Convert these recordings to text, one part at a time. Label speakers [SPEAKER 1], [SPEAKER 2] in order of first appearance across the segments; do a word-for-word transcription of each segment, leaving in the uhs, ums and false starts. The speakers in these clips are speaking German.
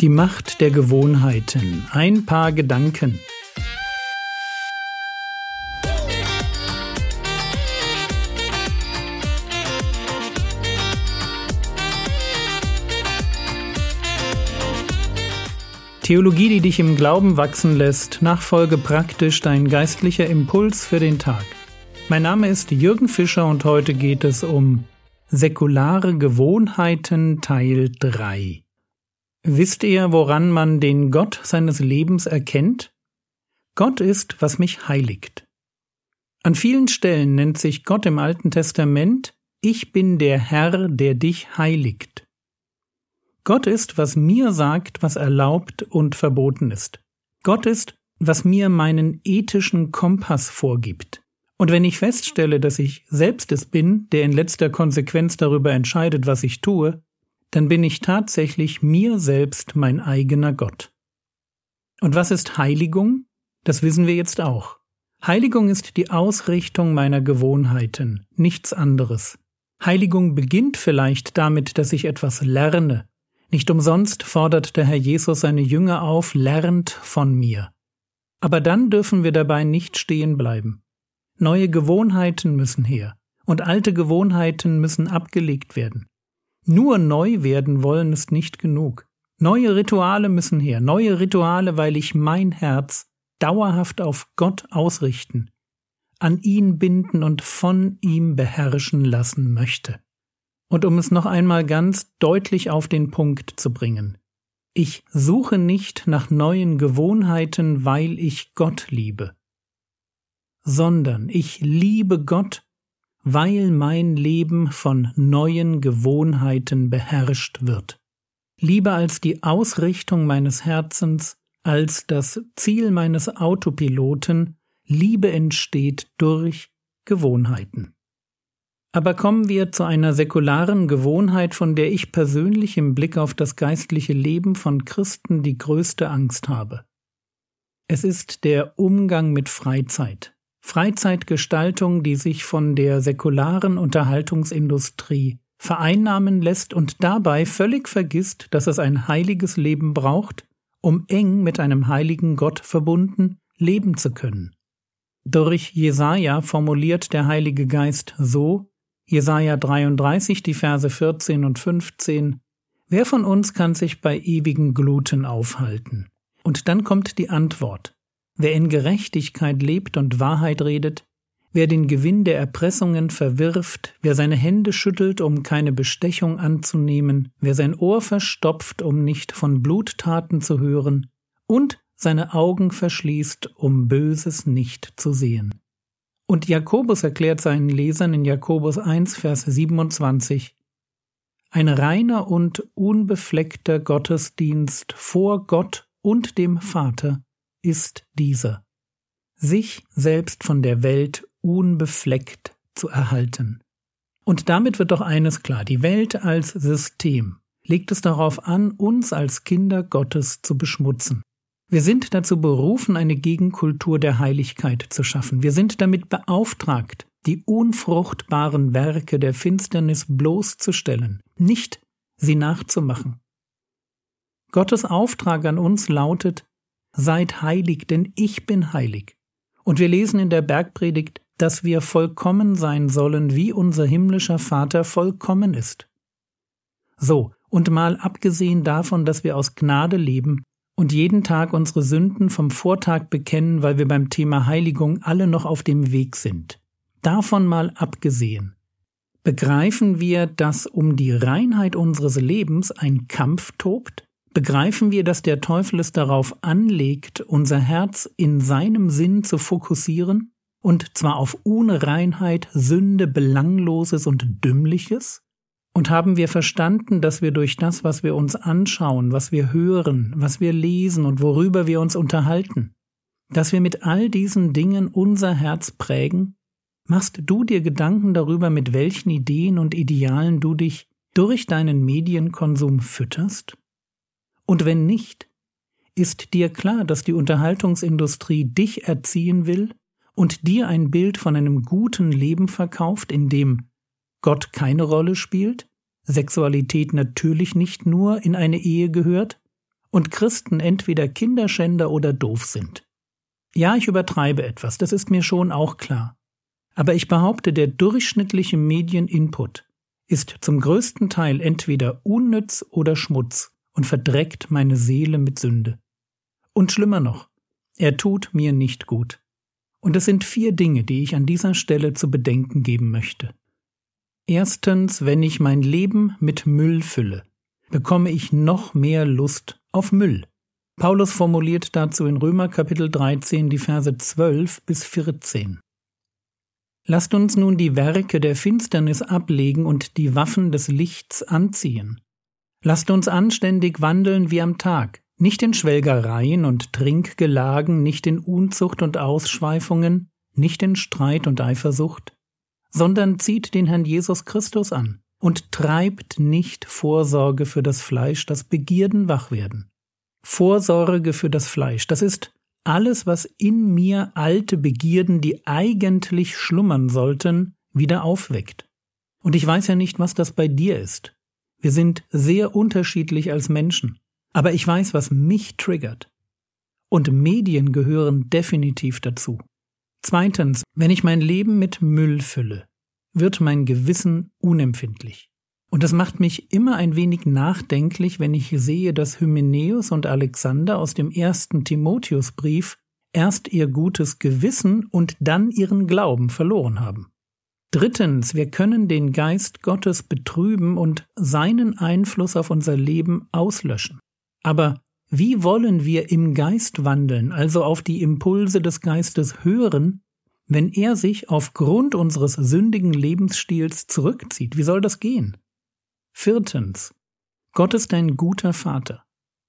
[SPEAKER 1] Die Macht der Gewohnheiten. Ein paar Gedanken. Theologie, die dich im Glauben wachsen lässt, nachfolge praktisch dein geistlicher Impuls für den Tag. Mein Name ist Jürgen Fischer und heute geht es um säkulare Gewohnheiten Teil drei. Wisst ihr, woran man den Gott seines Lebens erkennt? Gott ist, was mich heiligt. An vielen Stellen nennt sich Gott im Alten Testament: Ich bin der Herr, der dich heiligt. Gott ist, was mir sagt, was erlaubt und verboten ist. Gott ist, was mir meinen ethischen Kompass vorgibt. Und wenn ich feststelle, dass ich selbst es bin, der in letzter Konsequenz darüber entscheidet, was ich tue, dann bin ich tatsächlich mir selbst mein eigener Gott. Und was ist Heiligung? Das wissen wir jetzt auch. Heiligung ist die Ausrichtung meiner Gewohnheiten, nichts anderes. Heiligung beginnt vielleicht damit, dass ich etwas lerne. Nicht umsonst fordert der Herr Jesus seine Jünger auf: Lernt von mir. Aber dann dürfen wir dabei nicht stehen bleiben. Neue Gewohnheiten müssen her, und alte Gewohnheiten müssen abgelegt werden. Nur neu werden wollen ist nicht genug. Neue Rituale müssen her, neue Rituale, weil ich mein Herz dauerhaft auf Gott ausrichten, an ihn binden und von ihm beherrschen lassen möchte. Und um es noch einmal ganz deutlich auf den Punkt zu bringen: Ich suche nicht nach neuen Gewohnheiten, weil ich Gott liebe, sondern ich liebe Gott, weil mein Leben von neuen Gewohnheiten beherrscht wird. Liebe als die Ausrichtung meines Herzens, als das Ziel meines Autopiloten. Liebe entsteht durch Gewohnheiten. Aber kommen wir zu einer säkularen Gewohnheit, von der ich persönlich im Blick auf das geistliche Leben von Christen die größte Angst habe. Es ist der Umgang mit Freizeit. Freizeitgestaltung, die sich von der säkularen Unterhaltungsindustrie vereinnahmen lässt und dabei völlig vergisst, dass es ein heiliges Leben braucht, um eng mit einem heiligen Gott verbunden leben zu können. Durch Jesaja formuliert der Heilige Geist so, Jesaja dreiunddreißig, die Verse vierzehn und fünfzehn: Wer von uns kann sich bei ewigen Gluten aufhalten? Und dann kommt die Antwort: Wer in Gerechtigkeit lebt und Wahrheit redet, wer den Gewinn der Erpressungen verwirft, wer seine Hände schüttelt, um keine Bestechung anzunehmen, wer sein Ohr verstopft, um nicht von Bluttaten zu hören, und seine Augen verschließt, um Böses nicht zu sehen. Und Jakobus erklärt seinen Lesern in Jakobus eins, Vers siebenundzwanzig: Ein reiner und unbefleckter Gottesdienst vor Gott und dem Vater ist dieser: sich selbst von der Welt unbefleckt zu erhalten. Und damit wird doch eines klar: Die Welt als System legt es darauf an, uns als Kinder Gottes zu beschmutzen. Wir sind dazu berufen, eine Gegenkultur der Heiligkeit zu schaffen. Wir sind damit beauftragt, die unfruchtbaren Werke der Finsternis bloßzustellen, nicht sie nachzumachen. Gottes Auftrag an uns lautet: Seid heilig, denn ich bin heilig. Und wir lesen in der Bergpredigt, dass wir vollkommen sein sollen, wie unser himmlischer Vater vollkommen ist. So, und mal abgesehen davon, dass wir aus Gnade leben und jeden Tag unsere Sünden vom Vortag bekennen, weil wir beim Thema Heiligung alle noch auf dem Weg sind. Davon mal abgesehen, begreifen wir, dass um die Reinheit unseres Lebens ein Kampf tobt? Begreifen wir, dass der Teufel es darauf anlegt, unser Herz in seinem Sinn zu fokussieren, und zwar auf Unreinheit, Sünde, Belangloses und Dümmliches? Und haben wir verstanden, dass wir durch das, was wir uns anschauen, was wir hören, was wir lesen und worüber wir uns unterhalten, dass wir mit all diesen Dingen unser Herz prägen? Machst du dir Gedanken darüber, mit welchen Ideen und Idealen du dich durch deinen Medienkonsum fütterst? Und wenn nicht, ist dir klar, dass die Unterhaltungsindustrie dich erziehen will und dir ein Bild von einem guten Leben verkauft, in dem Gott keine Rolle spielt, Sexualität natürlich nicht nur in eine Ehe gehört und Christen entweder Kinderschänder oder doof sind. Ja, ich übertreibe etwas, das ist mir schon auch klar. Aber ich behaupte, der durchschnittliche Medieninput ist zum größten Teil entweder unnütz oder Schmutz und verdreckt meine Seele mit Sünde. Und schlimmer noch, er tut mir nicht gut. Und es sind vier Dinge, die ich an dieser Stelle zu bedenken geben möchte. Erstens, wenn ich mein Leben mit Müll fülle, bekomme ich noch mehr Lust auf Müll. Paulus formuliert dazu in Römer Kapitel dreizehn die Verse zwölf bis vierzehn. Lasst uns nun die Werke der Finsternis ablegen und die Waffen des Lichts anziehen. Lasst uns anständig wandeln wie am Tag, nicht in Schwelgereien und Trinkgelagen, nicht in Unzucht und Ausschweifungen, nicht in Streit und Eifersucht, sondern zieht den Herrn Jesus Christus an und treibt nicht Vorsorge für das Fleisch, das Begierden wach werden. Vorsorge für das Fleisch, das ist alles, was in mir alte Begierden, die eigentlich schlummern sollten, wieder aufweckt. Und ich weiß ja nicht, was das bei dir ist. Wir sind sehr unterschiedlich als Menschen. Aber ich weiß, was mich triggert. Und Medien gehören definitiv dazu. Zweitens, wenn ich mein Leben mit Müll fülle, wird mein Gewissen unempfindlich. Und das macht mich immer ein wenig nachdenklich, wenn ich sehe, dass Hymenäus und Alexander aus dem ersten Timotheusbrief erst ihr gutes Gewissen und dann ihren Glauben verloren haben. Drittens, wir können den Geist Gottes betrüben und seinen Einfluss auf unser Leben auslöschen. Aber wie wollen wir im Geist wandeln, also auf die Impulse des Geistes hören, wenn er sich aufgrund unseres sündigen Lebensstils zurückzieht? Wie soll das gehen? Viertens, Gott ist ein guter Vater.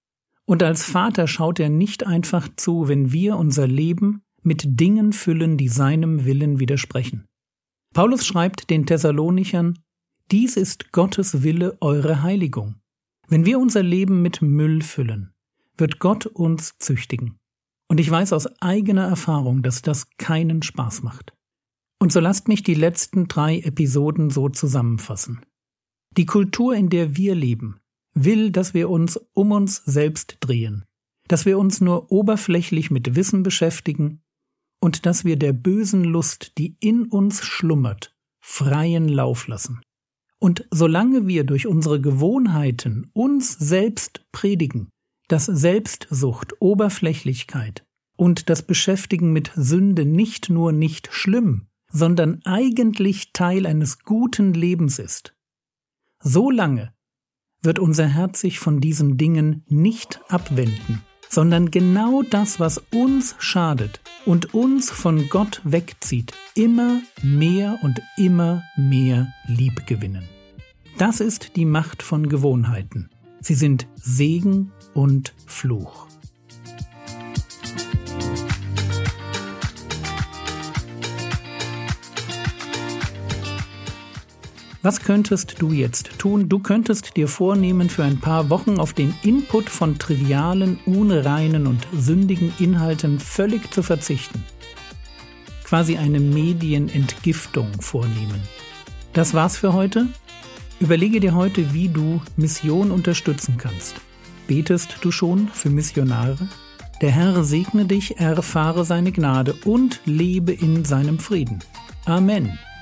[SPEAKER 1] Und als Vater schaut er nicht einfach zu, wenn wir unser Leben mit Dingen füllen, die seinem Willen widersprechen. Paulus schreibt den Thessalonichern, dies ist Gottes Wille, eure Heiligung. Wenn wir unser Leben mit Müll füllen, wird Gott uns züchtigen. Und ich weiß aus eigener Erfahrung, dass das keinen Spaß macht. Und so lasst mich die letzten drei Episoden so zusammenfassen. Die Kultur, in der wir leben, will, dass wir uns um uns selbst drehen, dass wir uns nur oberflächlich mit Wissen beschäftigen und dass wir der bösen Lust, die in uns schlummert, freien Lauf lassen. Und solange wir durch unsere Gewohnheiten uns selbst predigen, dass Selbstsucht, Oberflächlichkeit und das Beschäftigen mit Sünde nicht nur nicht schlimm, sondern eigentlich Teil eines guten Lebens ist, so lange wird unser Herz sich von diesen Dingen nicht abwenden, sondern genau das, was uns schadet und uns von Gott wegzieht, immer mehr und immer mehr lieb gewinnen. Das ist die Macht von Gewohnheiten. Sie sind Segen und Fluch. Was könntest du jetzt tun? Du könntest dir vornehmen, für ein paar Wochen auf den Input von trivialen, unreinen und sündigen Inhalten völlig zu verzichten. Quasi eine Medienentgiftung vornehmen. Das war's für heute. Überlege dir heute, wie du Mission unterstützen kannst. Betest du schon für Missionare? Der Herr segne dich, erfahre seine Gnade und lebe in seinem Frieden. Amen.